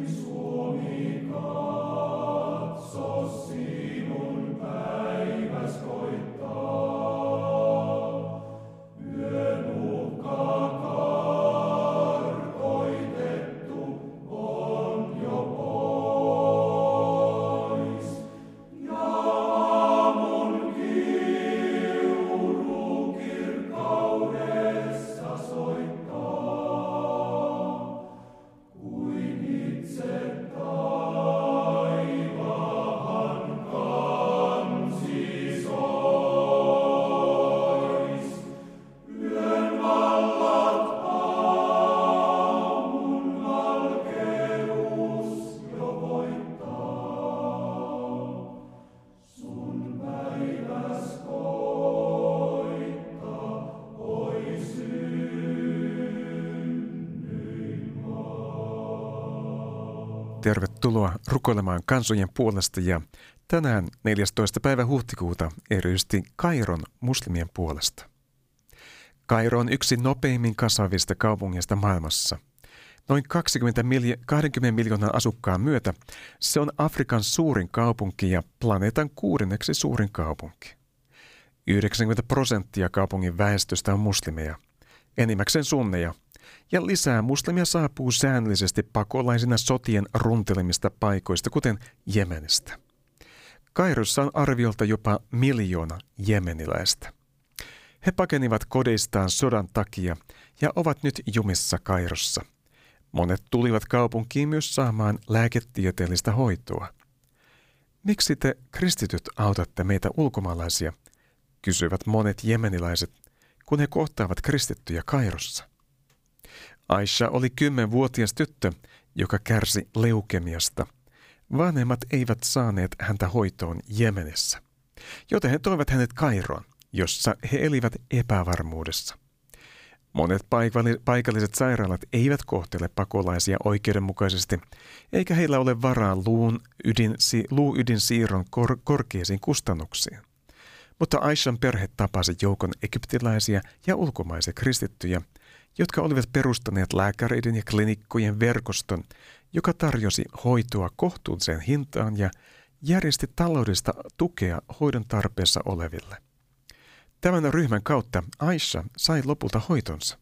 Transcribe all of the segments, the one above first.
Tervetuloa rukoilemaan kansojen puolesta ja tänään 14. päivä huhtikuuta erityisesti Kairon muslimien puolesta. Kairo on yksi nopeimmin kasvavista kaupungeista maailmassa. Noin 20 miljoonan asukkaan myötä se on Afrikan suurin kaupunki ja planeetan 6. suurin kaupunki. 90% kaupungin väestöstä on muslimeja, enimmäkseen sunneja. Ja lisää muslimia saapuu säännöllisesti pakolaisina sotien runtelemista paikoista, kuten Jemenistä. Kairossa on arviolta jopa 1 miljoona jemeniläistä. He pakenivat kodeistaan sodan takia ja ovat nyt jumissa Kairossa. Monet tulivat kaupunkiin myös saamaan lääketieteellistä hoitoa. Miksi te kristityt autatte meitä ulkomaalaisia, kysyvät monet jemeniläiset, kun he kohtaavat kristittyjä Kairossa. Aisha oli 10-vuotias tyttö, joka kärsi leukemiasta. Vanhemmat eivät saaneet häntä hoitoon Jemenissä, joten he toivat hänet Kairoon, jossa he elivät epävarmuudessa. Monet paikalliset sairaalat eivät kohtele pakolaisia oikeudenmukaisesti, eikä heillä ole varaa luuydinsiirron korkeisiin kustannuksiin. Mutta Aishan perhe tapasi joukon egyptiläisiä ja ulkomaisia kristittyjä, jotka olivat perustaneet lääkäreiden ja klinikkojen verkoston, joka tarjosi hoitoa kohtuulliseen hintaan ja järjesti taloudellista tukea hoidon tarpeessa oleville. Tämän ryhmän kautta Aisha sai lopulta hoitonsa.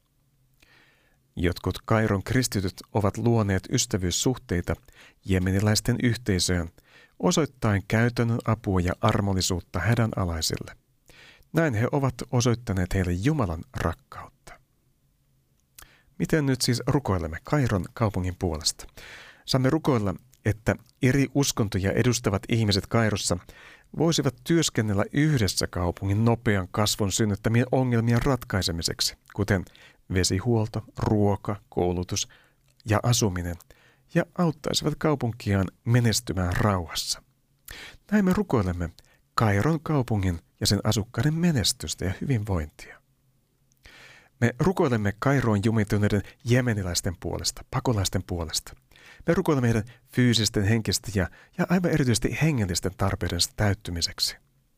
Jotkut Kairon kristityt ovat luoneet ystävyyssuhteita jemeniläisten yhteisöön, osoittaen käytännön apua ja armollisuutta hädänalaisille. Näin he ovat osoittaneet heille Jumalan rakkautta. Miten nyt siis rukoilemme Kairon kaupungin puolesta? Saamme rukoilla, että eri uskontoja edustavat ihmiset Kairossa voisivat työskennellä yhdessä kaupungin nopean kasvun synnyttämien ongelmien ratkaisemiseksi, kuten vesihuolto, ruoka, koulutus ja asuminen, ja auttaisivat kaupunkiaan menestymään rauhassa. Näin me rukoilemme Kairon kaupungin ja sen asukkaiden menestystä ja hyvinvointia. Me rukoilemme Kairoon jumituneiden jemeniläisten puolesta, pakolaisten puolesta. Me rukoilemme heidän fyysisten, henkisten ja aivan erityisesti hengellisten tarpeidensa täyttymiseksi.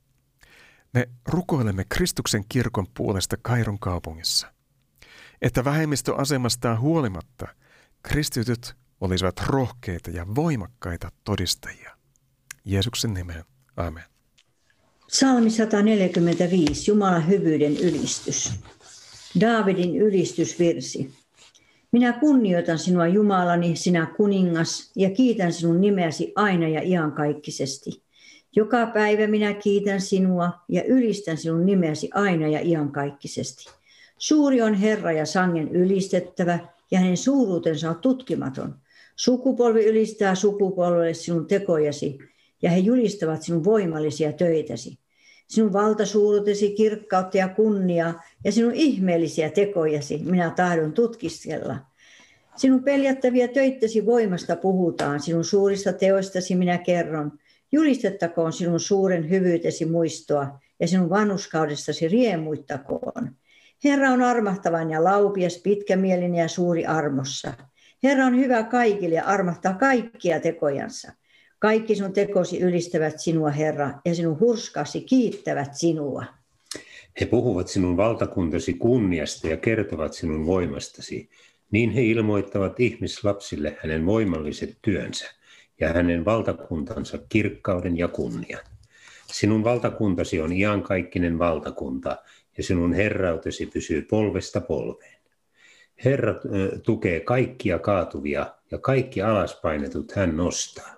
Me rukoilemme Kristuksen kirkon puolesta Kairon kaupungissa, että vähemmistöasemastaan huolimatta kristityt olisivat rohkeita ja voimakkaita todistajia. Jeesuksen nimeen. Amen. Psalmi 145, Jumalan hyvyyden ylistys. Daavidin ylistysvirsi. Minä kunnioitan sinua Jumalani, sinä kuningas, ja kiitän sinun nimeäsi aina ja iankaikkisesti. Joka päivä minä kiitän sinua ja ylistän sinun nimeäsi aina ja iankaikkisesti. Suuri on Herra ja sangen ylistettävä, ja hänen suuruutensa on tutkimaton. Sukupolvi ylistää sukupolvelle sinun tekojasi, ja he julistavat sinun voimallisia töitäsi. Sinun valtasuurutesi, kirkkautta ja kunniaa ja sinun ihmeellisiä tekojasi minä tahdon tutkiskella. Sinun peljättäviä töittäsi voimasta puhutaan, sinun suurista teoistasi minä kerron. Julistettakoon sinun suuren hyvyytesi muistoa ja sinun vanhurskaudestasi riemuittakoon. Herra on armahtavan ja laupias, pitkämielinen ja suuri armossa. Herra on hyvä kaikille ja armahtaa kaikkia tekojansa. Kaikki sinun tekosi ylistävät sinua, Herra, ja sinun hurskaasi kiittävät sinua. He puhuvat sinun valtakuntasi kunniasta ja kertovat sinun voimastasi. Niin he ilmoittavat ihmislapsille hänen voimalliset työnsä ja hänen valtakuntansa kirkkauden ja kunnian. Sinun valtakuntasi on iankaikkinen valtakunta ja sinun herrautesi pysyy polvesta polveen. Herra tukee kaikkia kaatuvia ja kaikki alaspainetut hän nostaa.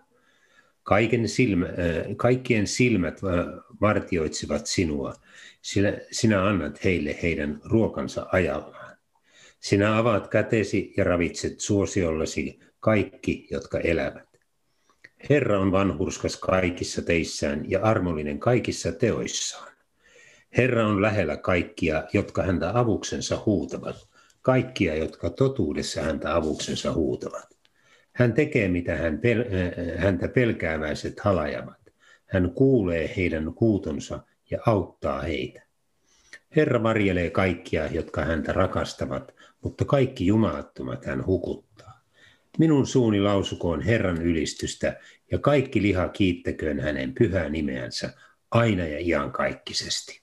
Kaikkien silmät vartioitsivat sinua, sillä sinä annat heille heidän ruokansa ajallaan. Sinä avaat kätesi ja ravitset suosiollasi kaikki, jotka elävät. Herra on vanhurskas kaikissa teissään ja armollinen kaikissa teoissaan. Herra on lähellä kaikkia, jotka häntä avuksensa huutavat, kaikkia, jotka totuudessa häntä avuksensa huutavat. Hän tekee, mitä häntä pelkääväiset halajavat. Hän kuulee heidän huutonsa ja auttaa heitä. Herra varjelee kaikkia, jotka häntä rakastavat, mutta kaikki jumalattomat hän hukuttaa. Minun suuni lausukoon Herran ylistystä ja kaikki liha kiittäköön hänen pyhää nimeänsä aina ja iankaikkisesti.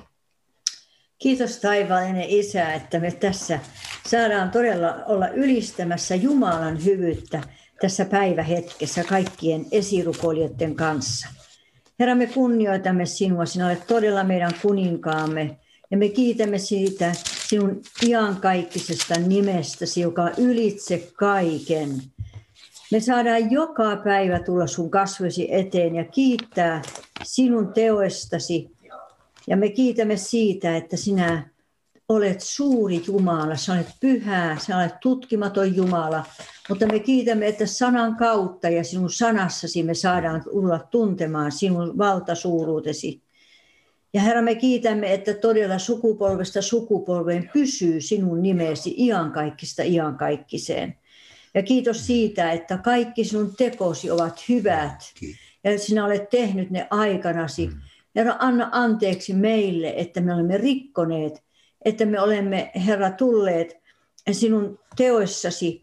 Kiitos taivaallinen Isä, että me tässä saadaan todella olla ylistämässä Jumalan hyvyyttä tässä päivähetkessä kaikkien esirukoilijoiden kanssa. Herra, me kunnioitamme sinua, sinä olet todella meidän kuninkaamme ja me kiitämme siitä sinun iankaikkisesta nimestäsi, joka on ylitse kaiken. Me saadaan joka päivä tulla sun kasvoisi eteen ja kiittää sinun teoistasi. Ja me kiitämme siitä, että sinä olet suuri Jumala, sinä olet pyhä, sinä olet tutkimaton Jumala. Mutta me kiitämme, että sanan kautta ja sinun sanassasi me saadaan tulla tuntemaan sinun valtasuuruutesi. Ja Herra, me kiitämme, että todella sukupolvesta sukupolveen pysyy sinun nimesi iankaikkista iankaikkiseen. Ja kiitos siitä, että kaikki sinun tekosi ovat hyvät ja sinä olet tehnyt ne aikanasi. Herra, anna anteeksi meille, että me olemme rikkoneet, että me olemme, Herra, tulleet sinun teoissasi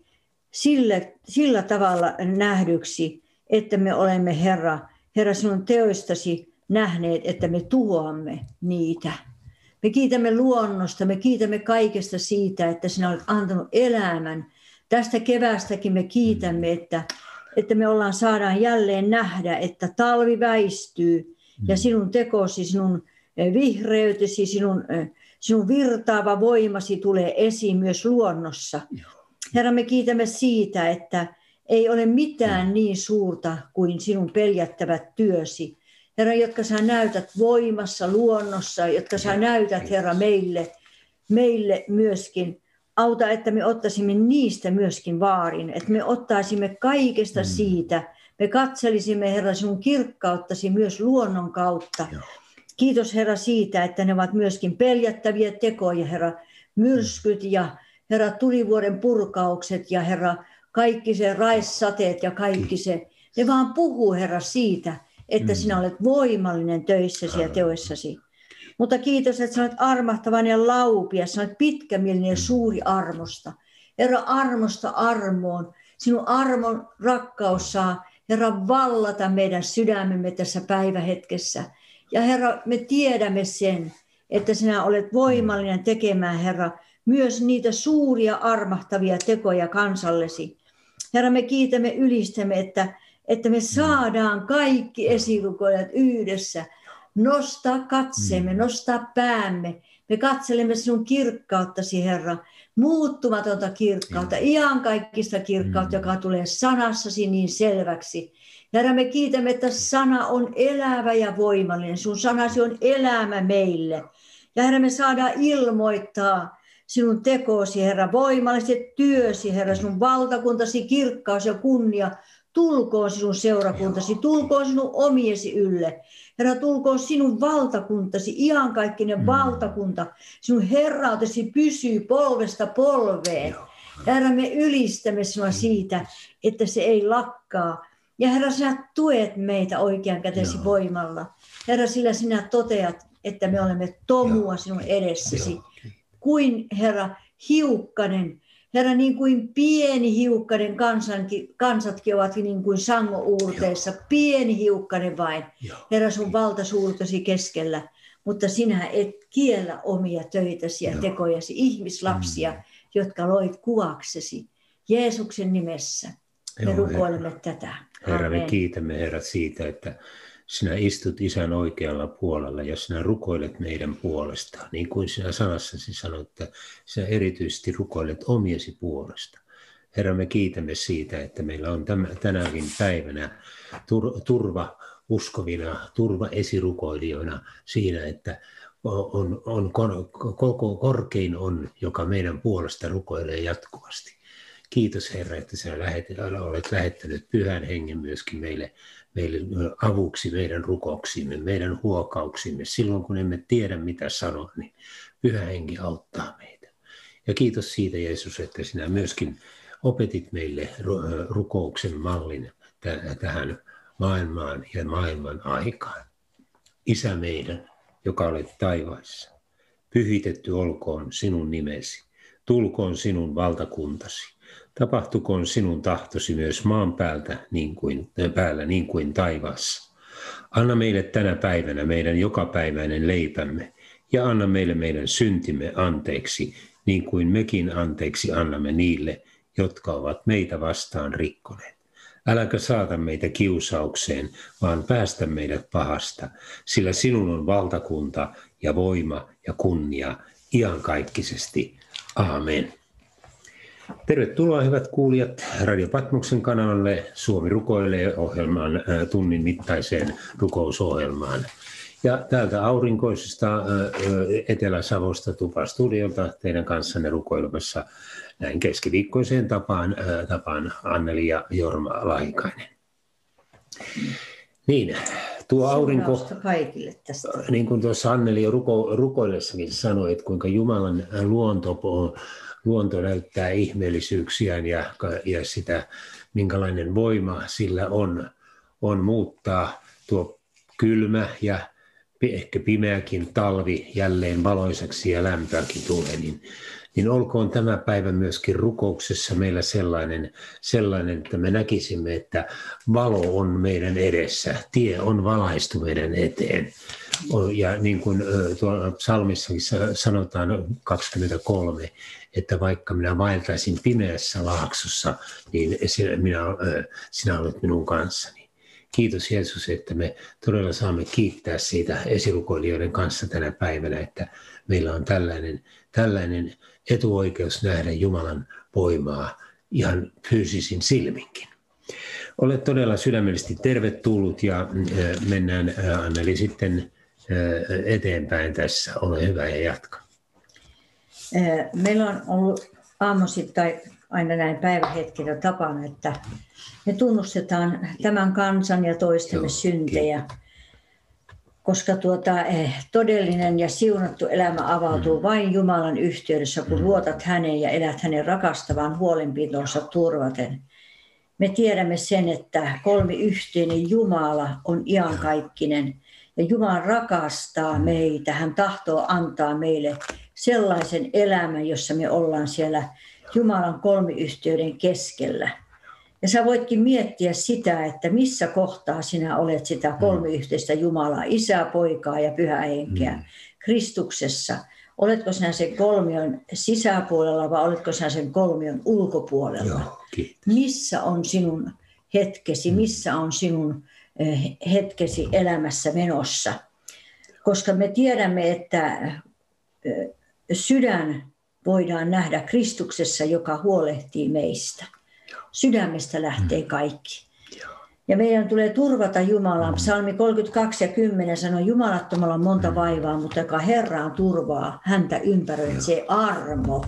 sillä tavalla nähdyksi, että me olemme, Herra, sinun teoistasi nähneet, että me tuhoamme niitä. Me kiitämme luonnosta, me kiitämme kaikesta siitä, että sinä olet antanut elämän. Tästä keväästäkin me kiitämme, että me saadaan jälleen nähdä, että talvi väistyy. Ja sinun tekosi, sinun vihreytesi, sinun virtaava voimasi tulee esiin myös luonnossa. Herra, me kiitämme siitä, että ei ole mitään niin suurta kuin sinun peljättävät työsi. Herra, jotka sä näytät voimassa luonnossa, jotka sä näytät, Herra, meille myöskin. Auta, että me ottaisimme niistä myöskin vaarin, että me ottaisimme kaikesta siitä. Me katselisimme, Herra, sinun kirkkauttasi myös luonnon kautta. Kiitos, Herra, siitä, että ne ovat myöskin peljättäviä tekoja, Herra, myrskyt ja Herra, tulivuoren purkaukset ja Herra, kaikki se raissateet ja kaikki se. Ne vaan puhuu, Herra, siitä, että sinä olet voimallinen töissäsi ja teoissasi. Mutta kiitos, että sinä olet armahtavan ja laupia, sinä olet pitkämielinen ja suuri armosta. Herra, armosta armoon. Sinun armon rakkaus saa, Herra, vallata meidän sydämemme tässä päivähetkessä. Ja Herra, me tiedämme sen, että sinä olet voimallinen tekemään, Herra, myös niitä suuria armahtavia tekoja kansallesi. Herra, me kiitämme, ylistämme, että me saadaan kaikki esirukoilijat yhdessä nostaa katseemme, nostaa päämme. Me katselemme sinun kirkkauttasi, Herra, muuttumatonta kirkkautta, iankaikkista kirkkautta, joka tulee sanassasi niin selväksi. Herra, me kiitämme, että sana on elävä ja voimallinen. Sun sanasi on elämä meille. Ja Herra, me saadaan ilmoittaa sinun tekosi, Herra, voimalliset työsi, Herra, sinun valtakuntasi, kirkkaus ja kunnia. Tulkoon sinun seurakuntasi, tulkoon sinun omiesi ylle. Herra, tulkoon sinun valtakuntasi, iankaikkinen valtakunta. Sinun herrautesi pysyy polvesta polveen. Herra, me ylistämme sinua siitä, että se ei lakkaa. Ja Herra, sinä tuet meitä oikean kätesi voimalla. Herra, sillä sinä toteat, että me olemme tomua sinun edessäsi. Kuin, Herra, hiukkanen. Herra, niin kuin pieni hiukkanen kansatkin ovat niin kuin sangouurteissa. Pieni hiukkanen vain. Herra, sun valtasuurtasi keskellä. Mutta sinä et kiellä omia töitäsi ja tekojasi, ihmislapsia, jotka loit kuvaksesi. Jeesuksen nimessä me rukoilemme tätä. Herra, me Amen. kiitämme, Herra, siitä, että sinä istut Isän oikealla puolella ja sinä rukoilet meidän puolesta. Niin kuin sinä sanassasi sanoit, että sinä erityisesti rukoilet omiesi puolesta. Herra, me kiitämme siitä, että meillä on tänäkin päivänä turva uskovina, turva esirukoilijoina siinä, että on koko korkein on, joka meidän puolesta rukoilee jatkuvasti. Kiitos, Herra, että sinä olet lähettänyt Pyhän Hengen myöskin meille avuksi meidän rukouksiimme, meidän huokauksiimme. Silloin kun emme tiedä mitä sanoa, niin Pyhä Henki auttaa meitä. Ja kiitos siitä, Jeesus, että sinä myöskin opetit meille rukouksen mallin tähän maailmaan ja maailman aikaan. Isä meidän, joka olet taivaissa, pyhitetty olkoon sinun nimesi, tulkoon sinun valtakuntasi. Tapahtukoon sinun tahtosi myös maan päällä niin kuin taivaassa. Anna meille tänä päivänä meidän jokapäiväinen leipämme ja anna meille meidän syntimme anteeksi, niin kuin mekin anteeksi annamme niille, jotka ovat meitä vastaan rikkoneet. Äläkä saata meitä kiusaukseen, vaan päästä meidät pahasta, sillä sinun on valtakunta ja voima ja kunnia iankaikkisesti. Aamen. Tervetuloa, hyvät kuulijat, Radio Patmoksen kanavalle Suomi rukoilee -ohjelman tunnin mittaiseen rukousohjelmaan. Ja täältä aurinkoisesta Etelä-Savosta Tupa-studiolta teidän kanssanne rukoilemassa näin keskiviikkoiseen tapaan Anneli ja Jorma Laikainen. Niin, tuo aurinko, niin kuin tuossa Anneli jo rukoillessakin sanoi, että kuinka Jumalan luonto näyttää ihmeellisyyksiään ja sitä, minkälainen voima sillä on muuttaa tuo kylmä ja ehkä pimeäkin talvi jälleen valoisaksi ja lämpöäkin tulee, niin olkoon tämä päivä myöskin rukouksessa meillä sellainen, että me näkisimme, että valo on meidän edessä, tie on valaistu meidän eteen. Ja niin kuin tuolla psalmissakin sanotaan 23, että vaikka minä vaeltaisin pimeässä laaksossa, niin sinä olet minun kanssani. Kiitos Jeesus, että me todella saamme kiittää siitä esirukoilijoiden kanssa tänä päivänä, että meillä on tällainen etuoikeus nähdä Jumalan voimaa ihan fyysisin silminkin. Olet todella sydämellisesti tervetullut ja mennään Anneli sitten eteenpäin tässä. Ole hyvä ja jatka. Meillä on ollut aamusittain aina näin päivähetkinä tapana, että me tunnustetaan tämän kansan ja toistemme syntejä, koska todellinen ja siunattu elämä avautuu vain Jumalan yhteydessä, kun luotat häneen ja elät hänen rakastavan huolenpitonsa turvaten. Me tiedämme sen, että kolmiyhteinen Jumala on iankaikkinen ja Jumala rakastaa meitä. Hän tahtoo antaa meille sellaisen elämän, jossa me ollaan siellä Jumalan kolmiyhteyden keskellä. Ja sä voitkin miettiä sitä, että missä kohtaa sinä olet sitä kolmiyhteistä Jumalaa, Isää, Poikaa ja Pyhää Henkeä Kristuksessa. Oletko sinä sen kolmion sisäpuolella vai oletko sinä sen kolmion ulkopuolella? Joo, missä on sinun hetkesi, missä on sinun hetkesi elämässä menossa? Koska me tiedämme, että sydän voidaan nähdä Kristuksessa, joka huolehtii meistä. Sydämestä lähtee kaikki. Ja meidän tulee turvata Jumalaa. Psalmi 32 ja 10 sanoo, jumalattomalla on monta vaivaa, mutta joka Herraan turvaa, häntä ympäröitsee armo.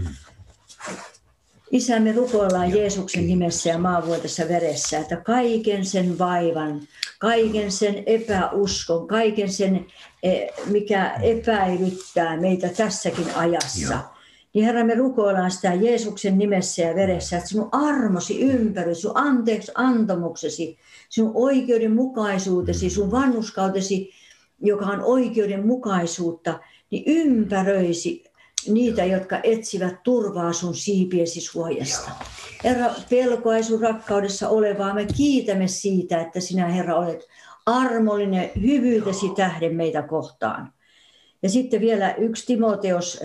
Isä, me rukoillaan Jeesuksen nimessä ja maanvuotessa veressä, että kaiken sen vaivan, kaiken sen epäuskon, kaiken sen, mikä epäilyttää meitä tässäkin ajassa, niin Herra, me rukoillaan sitä Jeesuksen nimessä ja veressä, että sinun armosi ympäröi, sun anteeksi antamuksesi, sinun oikeudenmukaisuutesi, sun vanhurskautesi, joka on oikeudenmukaisuutta, niin ympäröisi niitä, jotka etsivät turvaa sun siipiesi suojasta. Herra, pelkoa ei sun rakkaudessa ole, vaan me kiitämme siitä, että sinä, Herra, olet armollinen hyvyytesi tähden meitä kohtaan. Ja sitten vielä 1 Timoteos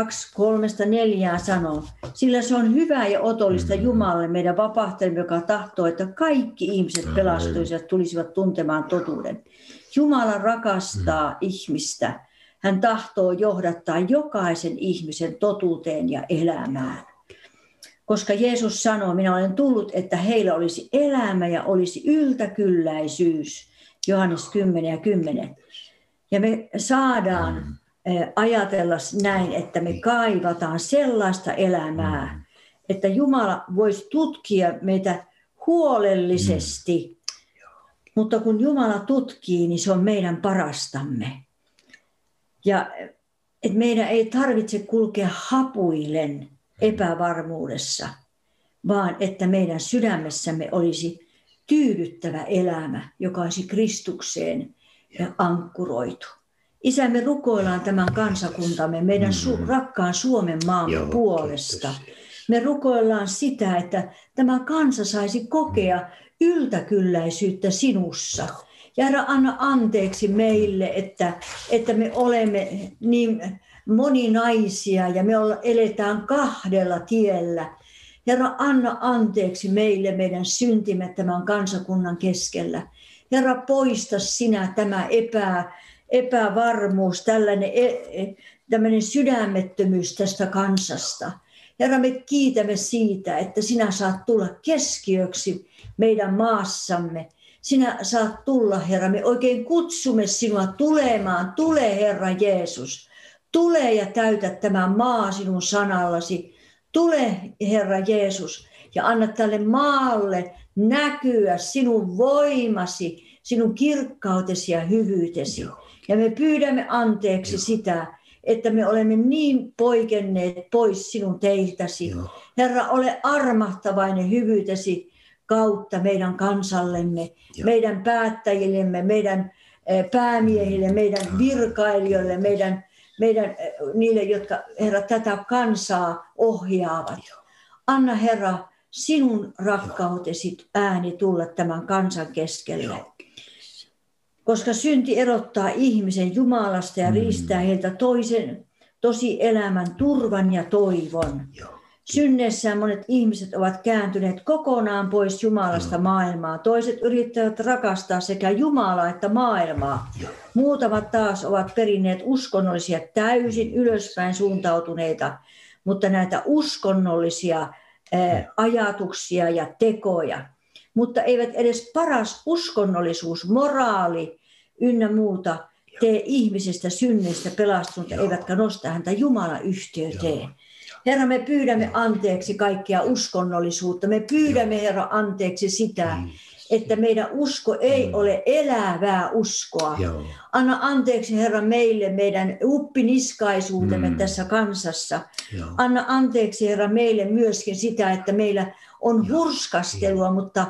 2:3-4 sanoo, sillä se on hyvä ja otollista Jumalalle meidän vapahtajamme, joka tahtoo, että kaikki ihmiset pelastuisivat ja tulisivat tuntemaan totuuden. Jumala rakastaa ihmistä. Hän tahtoo johdattaa jokaisen ihmisen totuuteen ja elämään. Koska Jeesus sanoo, minä olen tullut, että heillä olisi elämä ja olisi yltäkylläisyys. Johannes 10:10. Ja me saadaan ajatella näin, että me kaivataan sellaista elämää, että Jumala voisi tutkia meitä huolellisesti. Mutta kun Jumala tutkii, niin se on meidän parastamme. Ja että meidän ei tarvitse kulkea hapuillen epävarmuudessa, vaan että meidän sydämessämme olisi tyydyttävä elämä, joka olisi Kristukseen ankkuroitu. Isä, me rukoillaan tämän kansakuntamme, meidän rakkaan Suomen maamme puolesta. Me rukoillaan sitä, että tämä kansa saisi kokea yltäkylläisyyttä sinussa. Ja Herra, anna anteeksi meille, että me olemme niin moninaisia ja me eletään kahdella tiellä. Herra, anna anteeksi meille meidän syntimme tämän kansakunnan keskellä. Herra, poista sinä tämä epävarmuus, tällainen sydämettömyys tästä kansasta. Herra, me kiitämme siitä, että sinä saat tulla keskiöksi meidän maassamme. Sinä saat tulla, Herra, me oikein kutsumme sinua tulemaan. Tule, Herra Jeesus. Tule ja täytä tämä maa sinun sanallasi. Tule, Herra Jeesus, ja anna tälle maalle näkyä sinun voimasi, sinun kirkkautesi ja hyvyytesi. Ja me pyydämme anteeksi sitä, että me olemme niin poikenneet pois sinun teiltäsi. Herra, ole armahtavainen hyvyytesi kautta meidän kansallemme, meidän päättäjillemme, meidän päämiehille, meidän virkailijoille, meidän niille, jotka, Herra, tätä kansaa ohjaavat. Anna, Herra, sinun rakkautesi ääni tulla tämän kansan keskelle. Koska synti erottaa ihmisen Jumalasta ja riistää heiltä toisen tosielämän turvan ja toivon. Synneissään monet ihmiset ovat kääntyneet kokonaan pois Jumalasta maailmaa. Toiset yrittävät rakastaa sekä Jumalaa että maailmaa. Muutamat taas ovat perineet uskonnollisia täysin ylöspäin suuntautuneita, mutta näitä uskonnollisia ajatuksia ja tekoja. Mutta eivät edes paras uskonnollisuus, moraali ynnä muuta tee ihmisestä synneistä pelastunutta, eivätkä nosta häntä Jumalan yhteyteen. Herra, me pyydämme anteeksi kaikkea uskonnollisuutta. Me pyydämme, Herra, anteeksi sitä, että meidän usko ei ole elävää uskoa. Anna anteeksi, Herra, meille meidän uppiniskaisuutemme tässä kansassa. Anna anteeksi, Herra, meille myöskin sitä, että meillä on hurskastelua, mutta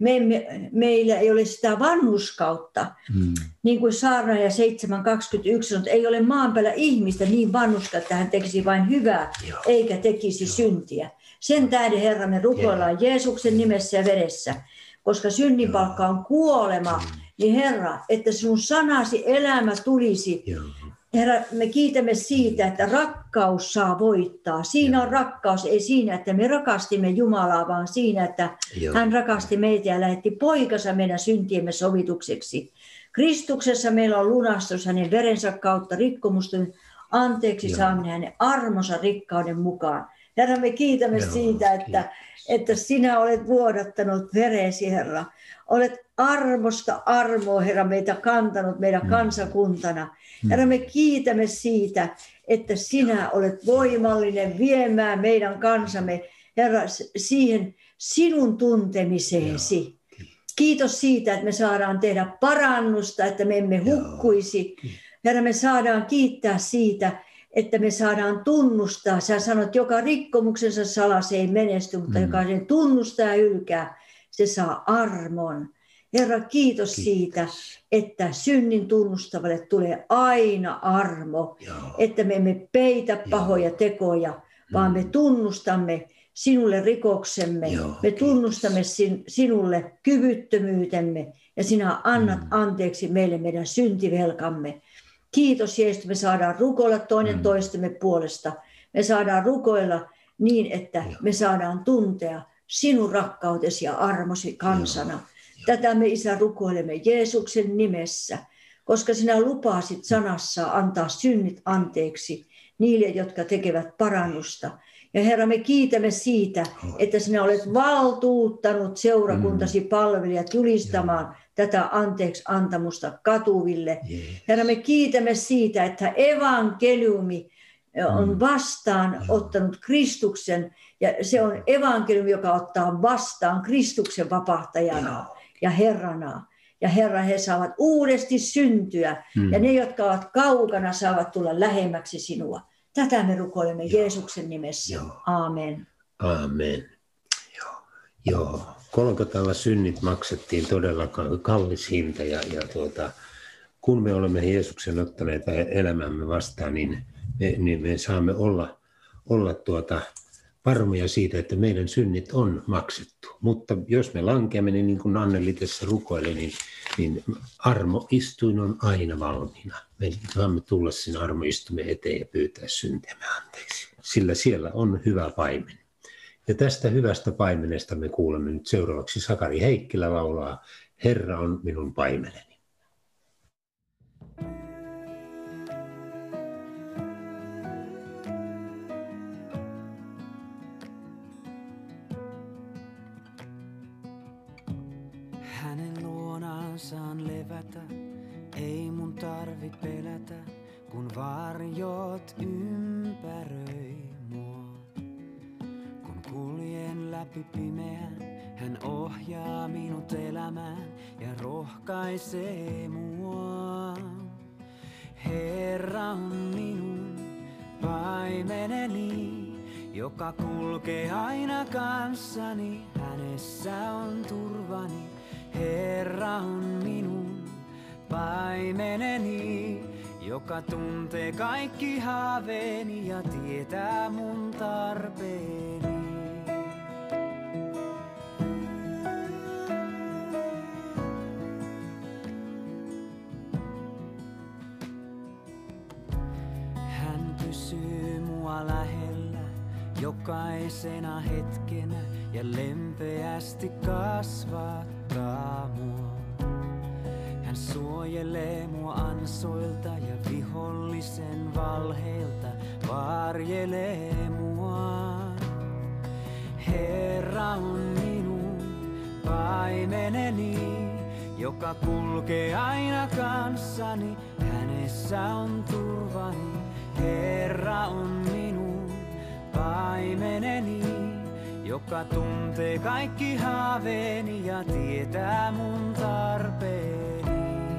meillä ei ole sitä vanhurskautta. Niin kuin Saarnaaja 7:21 sanoo, että ei ole maan päällä ihmistä niin vanhuska, että hän tekisi vain hyvää, eikä tekisi syntiä. Sen tähden, Herra, me rukoillaan Jeesuksen nimessä ja veressä, koska synnin palkka on kuolema, niin Herra, että sinun sanasi elämä tulisi. Herra, me kiitämme siitä, että rakkaus saa voittaa. Siinä on rakkaus, ei siinä, että me rakastimme Jumalaa, vaan siinä, että hän rakasti meitä ja lähetti poikansa meidän syntiemme sovitukseksi. Kristuksessa meillä on lunastus hänen verensä kautta rikkomusten anteeksi saaminen hänen armonsa rikkauden mukaan. Herra, me kiitämme siitä, että sinä olet vuodattanut veresi, Herra. Olet armosta armoa, Herra, meitä kantanut meidän kansakuntana. Herra, me kiitämme siitä, että sinä olet voimallinen viemään meidän kansamme, Herra, siihen sinun tuntemiseesi. Kiitos siitä, että me saadaan tehdä parannusta, että me emme hukkuisi. Herra, me saadaan kiittää siitä, että me saadaan tunnustaa. Sä sanot, joka rikkomuksensa salasi ei menesty, mutta joka sen tunnustaa ja hylkää, se saa armon. Herra, kiitos siitä, että synnin tunnustavalle tulee aina armo, että me emme peitä pahoja tekoja, vaan me tunnustamme sinulle rikoksemme, me tunnustamme sinulle kyvyttömyytemme ja sinä annat anteeksi meille meidän syntivelkamme. Kiitos Jeesus, me saadaan rukoilla toinen toistemme puolesta. Me saadaan rukoilla niin, että me saadaan tuntea sinun rakkautesi ja armosi kansana. Tätä me, Isä, rukoilemme Jeesuksen nimessä, koska sinä lupasit sanassa antaa synnit anteeksi niille, jotka tekevät parannusta. Ja Herra, me kiitämme siitä, että sinä olet valtuuttanut seurakuntasi palvelijat julistamaan tätä anteeksi antamusta katuville. Herra, me kiitämme siitä, että evankeliumi on vastaan ottanut Kristuksen, ja se on evankeliumi, joka ottaa vastaan Kristuksen vapahtajana ja Herrana. Ja Herra, he saavat uudesti syntyä, ja ne, jotka ovat kaukana, saavat tulla lähemmäksi sinua. Tätä me rukoilemme Jeesuksen nimessä. Aamen. Aamen. Joo. Golgotalla synnit maksettiin todella kallis hinta, ja kun me olemme Jeesuksen ottaneet elämämme vastaan, niin me saamme olla varmoja siitä, että meidän synnit on maksettu. Mutta jos me lankeamme, niin kuin Anneli tässä rukoili, niin armoistuin on aina valmiina. Me saamme tulla sinne armoistumeen eteen ja pyytää syntiämme anteeksi. Sillä siellä on hyvä paimen. Ja tästä hyvästä paimenesta me kuulemme nyt seuraavaksi Sakari Heikkilä laulaa Herra on minun paimeneni. Hänen luonaan saan levätä, ei mun tarvi pelätä, kun varjot ympäröi mua. Kun kuljen läpi pimeän, hän ohjaa minut elämään ja rohkaisee mua. Herra on minun paimeneni, joka kulkee aina kanssani, hänessä on turvani. Herra on minun paimeneni, joka tuntee kaikki haaveeni ja tietää mun tarpeeni. Hän pysyy mua lähellä jokaisena hetkenä ja lempeästi kasvattaa mua. Hän suojelee mua ansoilta ja vihollisen valheilta varjelee mua. Herra on minun paimeneni, joka kulkee aina kanssani, hänessä on turvani. Herra on minun paimeneni, joka tuntee kaikki haaveeni ja tietää mun tarpeeni.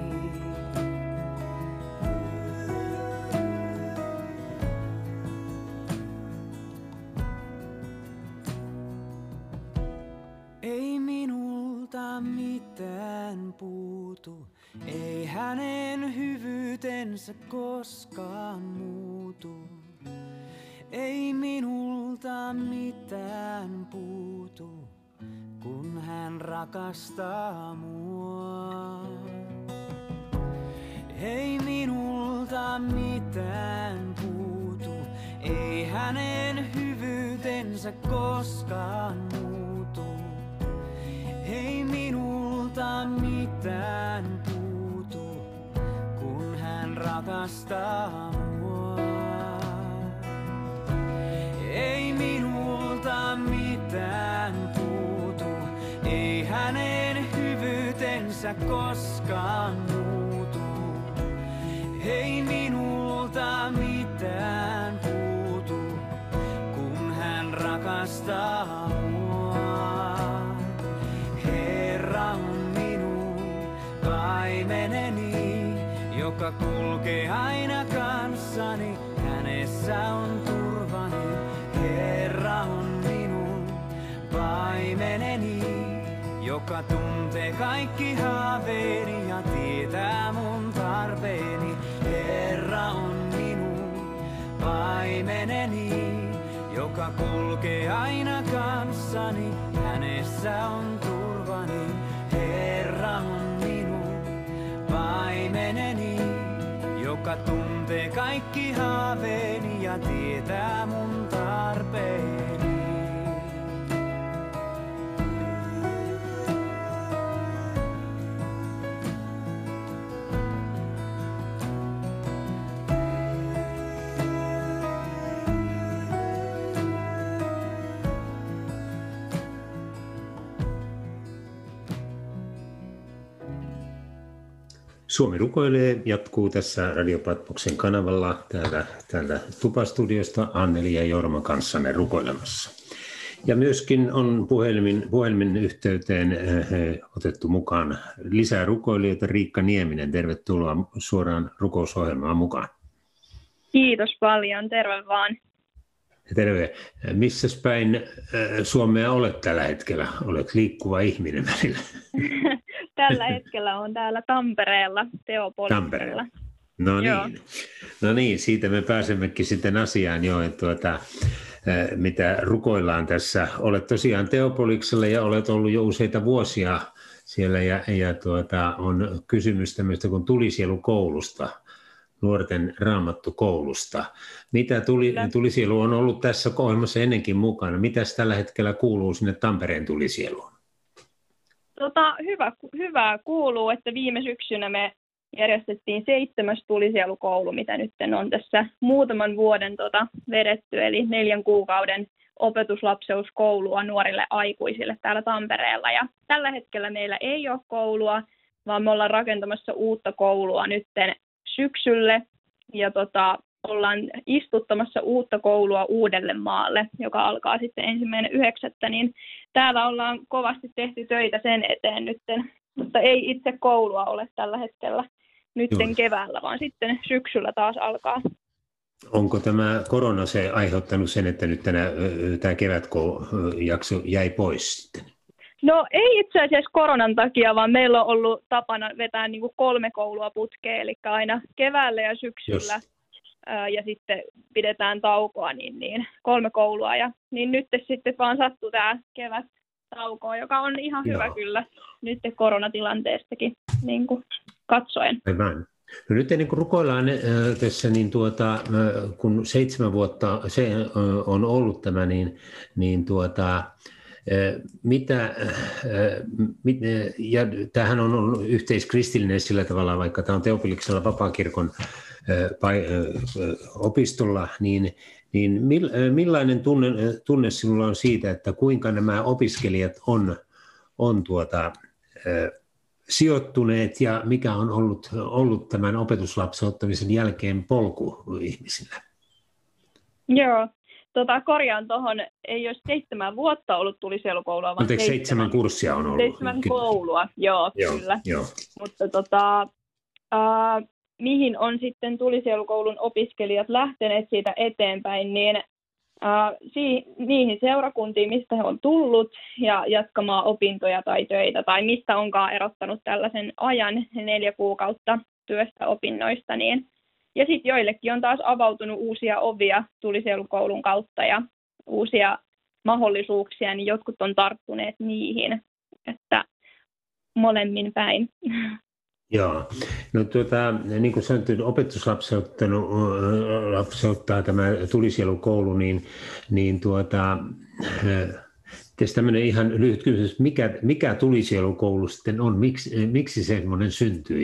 Ei minulta mitään puutu, ei hänen hyvyytensä koskaan muutu. Ei minulta mitään puutu, kun hän rakastaa mua. Ei minulta mitään puutu, ei hänen hyvyytensä koskaan muutu. Ei minulta mitään puutu, kun hän rakastaa mua. Ei minulta mitään puutu, ei hänen hyvyytensä koskaan muutu. Ei minulta mitään puutu, kun hän rakastaa mua. Herra on minun paimeneni, joka kulkee aina kanssani, hänessä on turvani. Herra on minun paimeneni, joka tuntee kaikki haaveeni ja tietää mun tarpeeni. Herra on minun paimeneni, joka kulkee aina kanssani, hänessä on turvani. Herra on minun paimeneni, joka kaikki haaveeni ja tietää mun tarpeeni. Suomi rukoilee jatkuu tässä Radio Platboksen kanavalla täällä Tupastudiosta Anneli ja Jorma kanssanne rukoilemassa. Ja myöskin on puhelimen yhteyteen otettu mukaan lisää rukoilijoita. Riikka Nieminen, tervetuloa suoraan rukousohjelmaan mukaan. Kiitos paljon, terve vaan. Terve. Missäs päin Suomea olet tällä hetkellä? Olet liikkuva ihminen välillä? Tällä hetkellä on täällä Tampereella, Teopolisella. No niin, siitä me pääsemmekin sitten asiaan jo, että mitä rukoillaan tässä. Olet tosiaan Teopoliksella ja olet ollut jo useita vuosia siellä ja on kysymys tämmöistä kuin tulisielukoulusta, nuorten raamattukoulusta. Mitä tulisielu on ollut tässä ohjelmassa ennenkin mukana? Mitäs tällä hetkellä kuuluu sinne Tampereen tulisieluun? Hyvä kuuluu, että viime syksynä me järjestettiin 7. tulisielukoulu, mitä nyt on tässä muutaman vuoden vedetty, eli 4 kuukauden opetuslapseuskoulua nuorille aikuisille täällä Tampereella. Ja tällä hetkellä meillä ei ole koulua, vaan me ollaan rakentamassa uutta koulua nyt syksylle ja ollaan istuttamassa uutta koulua Uudellemaalle, joka alkaa sitten 1.9. Niin täällä ollaan kovasti tehty töitä sen eteen nyt, mutta ei itse koulua ole tällä hetkellä nytten keväällä, vaan sitten syksyllä taas alkaa. Onko tämä korona se aiheuttanut sen, että nyt tämä kevätjakso jäi pois sitten? No ei itse asiassa koronan takia, vaan meillä on ollut tapana vetää 3 koulua putkeen, eli aina keväällä ja syksyllä. Ja sitten pidetään taukoa, niin 3 koulua. Ja niin nyt sitten vaan sattui tämä kevättauko, joka on ihan hyvä kyllä nyt koronatilanteestakin niin kuin katsoen. Aivan. No nyt ennen kuin rukoillaan tässä, niin kun 7 vuotta se on ollut tämä, ja tämähän on ollut yhteiskristillinen sillä tavalla, vaikka tämä on Teopoliksella vapaakirkon opistolla, niin millainen tunne sinulla on siitä, että kuinka nämä opiskelijat on sijoittuneet ja mikä on ollut tämän opetuslapseuttamisen jälkeen polku ihmisillä? Joo, korjaan tuohon, ei ole 7 vuotta ollut tulisielukoulua, vaan 7 kurssia on ollut. 7 koulua, joo, kyllä. Joo. Mutta mihin on sitten tulisielukoulun opiskelijat lähteneet siitä eteenpäin, niin niihin seurakuntiin, mistä he on tullut ja jatkamaan opintoja tai töitä, tai mistä onkaan erottanut tällaisen ajan 4 kuukautta työstä opinnoista, niin ja sitten joillekin on taas avautunut uusia ovia tulisielukoulun kautta ja uusia mahdollisuuksia, niin jotkut on tarttuneet niihin, että molemmin päin. Joo, no niin kuin sanottu, opetuslapseuttaa tämä tulisielukoulu, niin tämmöinen ihan lyhyt kysymys, mikä tulisielukoulu sitten on, miksi semmoinen syntyy?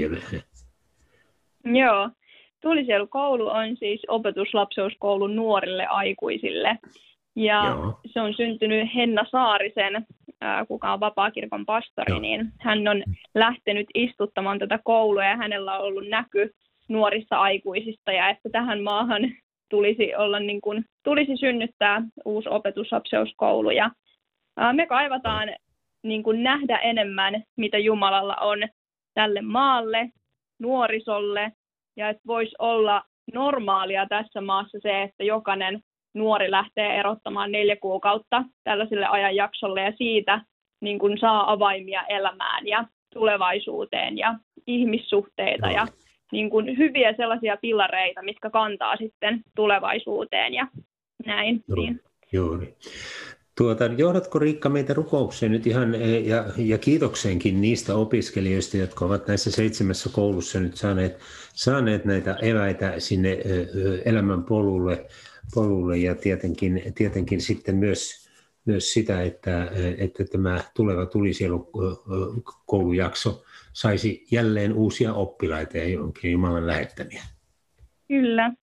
Joo, tulisielukoulu on siis opetuslapseuskoulu nuorille aikuisille. Ja se on syntynyt Henna Saarisen, kuka on vapaakirkon pastori, niin hän on lähtenyt istuttamaan tätä koulua ja hänellä on ollut näky nuorista aikuisista ja että tähän maahan tulisi synnyttää uusi opetuslapseuskoulu. Ja me kaivataan nähdä enemmän, mitä Jumalalla on tälle maalle, nuorisolle ja että voisi olla normaalia tässä maassa se, että jokainen nuori lähtee erottamaan 4 kuukautta tällaiselle ajanjaksolle ja siitä saa avaimia elämään ja tulevaisuuteen ja ihmissuhteita ja hyviä sellaisia pilareita, mitkä kantaa sitten tulevaisuuteen ja näin. Juuri. Johdatko Riikka meitä rukoukseen nyt ihan ja kiitokseenkin niistä opiskelijoista, jotka ovat näissä 7 koulussa nyt saaneet näitä eväitä sinne elämän polulle ja tietenkin sitten myös sitä, että tämä tuleva tulisielukoulujakso saisi jälleen uusia oppilaita ja jonkin Jumalan lähettämiä. Kyllä.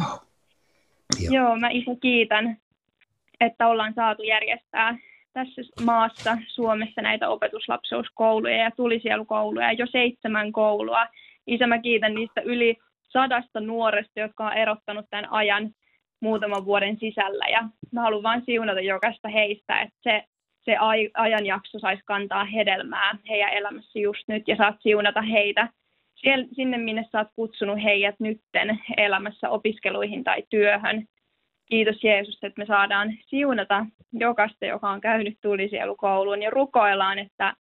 Joo, mä itse kiitän, että ollaan saatu järjestää tässä maassa, Suomessa näitä opetuslapseuskouluja ja tulisielukouluja, jo 7 koulua. Isä, mä kiitän niistä yli 100 nuoresta, jotka on erottanut tämän ajan muutaman vuoden sisällä. Ja mä haluan vain siunata jokaista heistä, että se ajanjakso saisi kantaa hedelmää heidän elämässä just nyt ja saat siunata heitä sinne, minne sä oot kutsunut heidät nytten elämässä opiskeluihin tai työhön. Kiitos Jeesus, että me saadaan siunata jokaista, joka on käynyt tulisielukouluun ja rukoillaan, että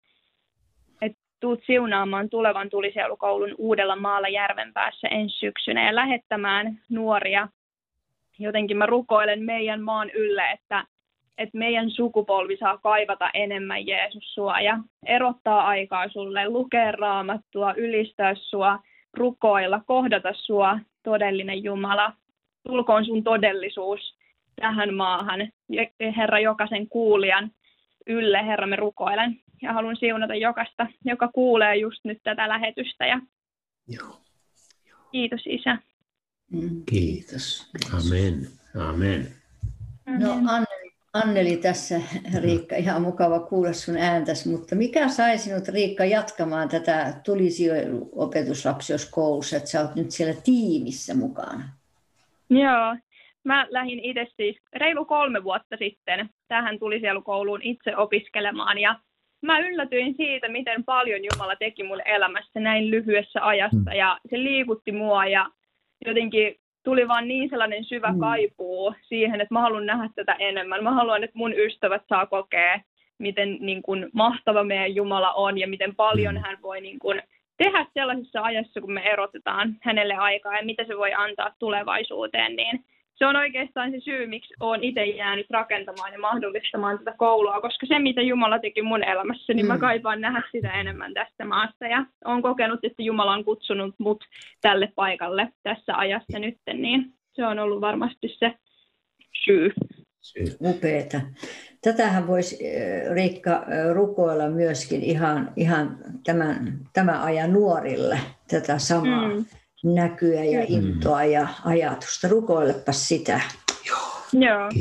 tuut siunaamaan tulevan tulisielukoulun Uudellamaalla Järvenpäässä ensi syksynä ja lähettämään nuoria. Jotenkin mä rukoilen meidän maan ylle, että meidän sukupolvi saa kaivata enemmän Jeesus sua ja erottaa aikaa sulle, lukea Raamattua, ylistää sua, rukoilla, kohdata sua, todellinen Jumala. Tulkoon sun todellisuus tähän maahan. Herra, jokaisen kuulijan ylle, Herra, me rukoilen. Ja haluan siunata jokaista, joka kuulee just nyt tätä lähetystä. Ja kiitos, Isä. Kiitos. Amen. Amen. No Anneli tässä, Riikka, ihan mukava kuulla sun ääntäsi, mutta mikä sai sinut, Riikka, jatkamaan tätä tulisieluopetuslapseuskoulussa, että sä oot nyt siellä tiimissä mukana? Joo, mä lähdin itse siis reilu 3 vuotta sitten tähän tulisielukouluun itse opiskelemaan ja mä yllätyin siitä, miten paljon Jumala teki mun elämässä näin lyhyessä ajassa ja se liikutti mua ja jotenkin tuli vaan niin sellainen syvä kaipuu siihen, että mä haluan nähdä tätä enemmän. Mä haluan, että mun ystävät saa kokea, miten niin kuin mahtava meidän Jumala on ja miten paljon hän voi niin kuin tehdä sellaisessa ajassa, kun me erotetaan hänelle aikaa ja mitä se voi antaa tulevaisuuteen. Niin se on oikeastaan se syy, miksi olen itse jäänyt rakentamaan ja mahdollistamaan tätä koulua, koska se, mitä Jumala teki mun elämässä, niin mä kaipaan nähdä sitä enemmän tästä maasta. Ja olen kokenut, että Jumala on kutsunut mut tälle paikalle tässä ajassa nyt, niin se on ollut varmasti se syy. Upeeta. Tätähän voisi, Riikka, rukoilla myöskin ihan tämän ajan nuorille, tätä samaa näkyä ja intoa ja ajatusta. Rukoilepa sitä. Joo.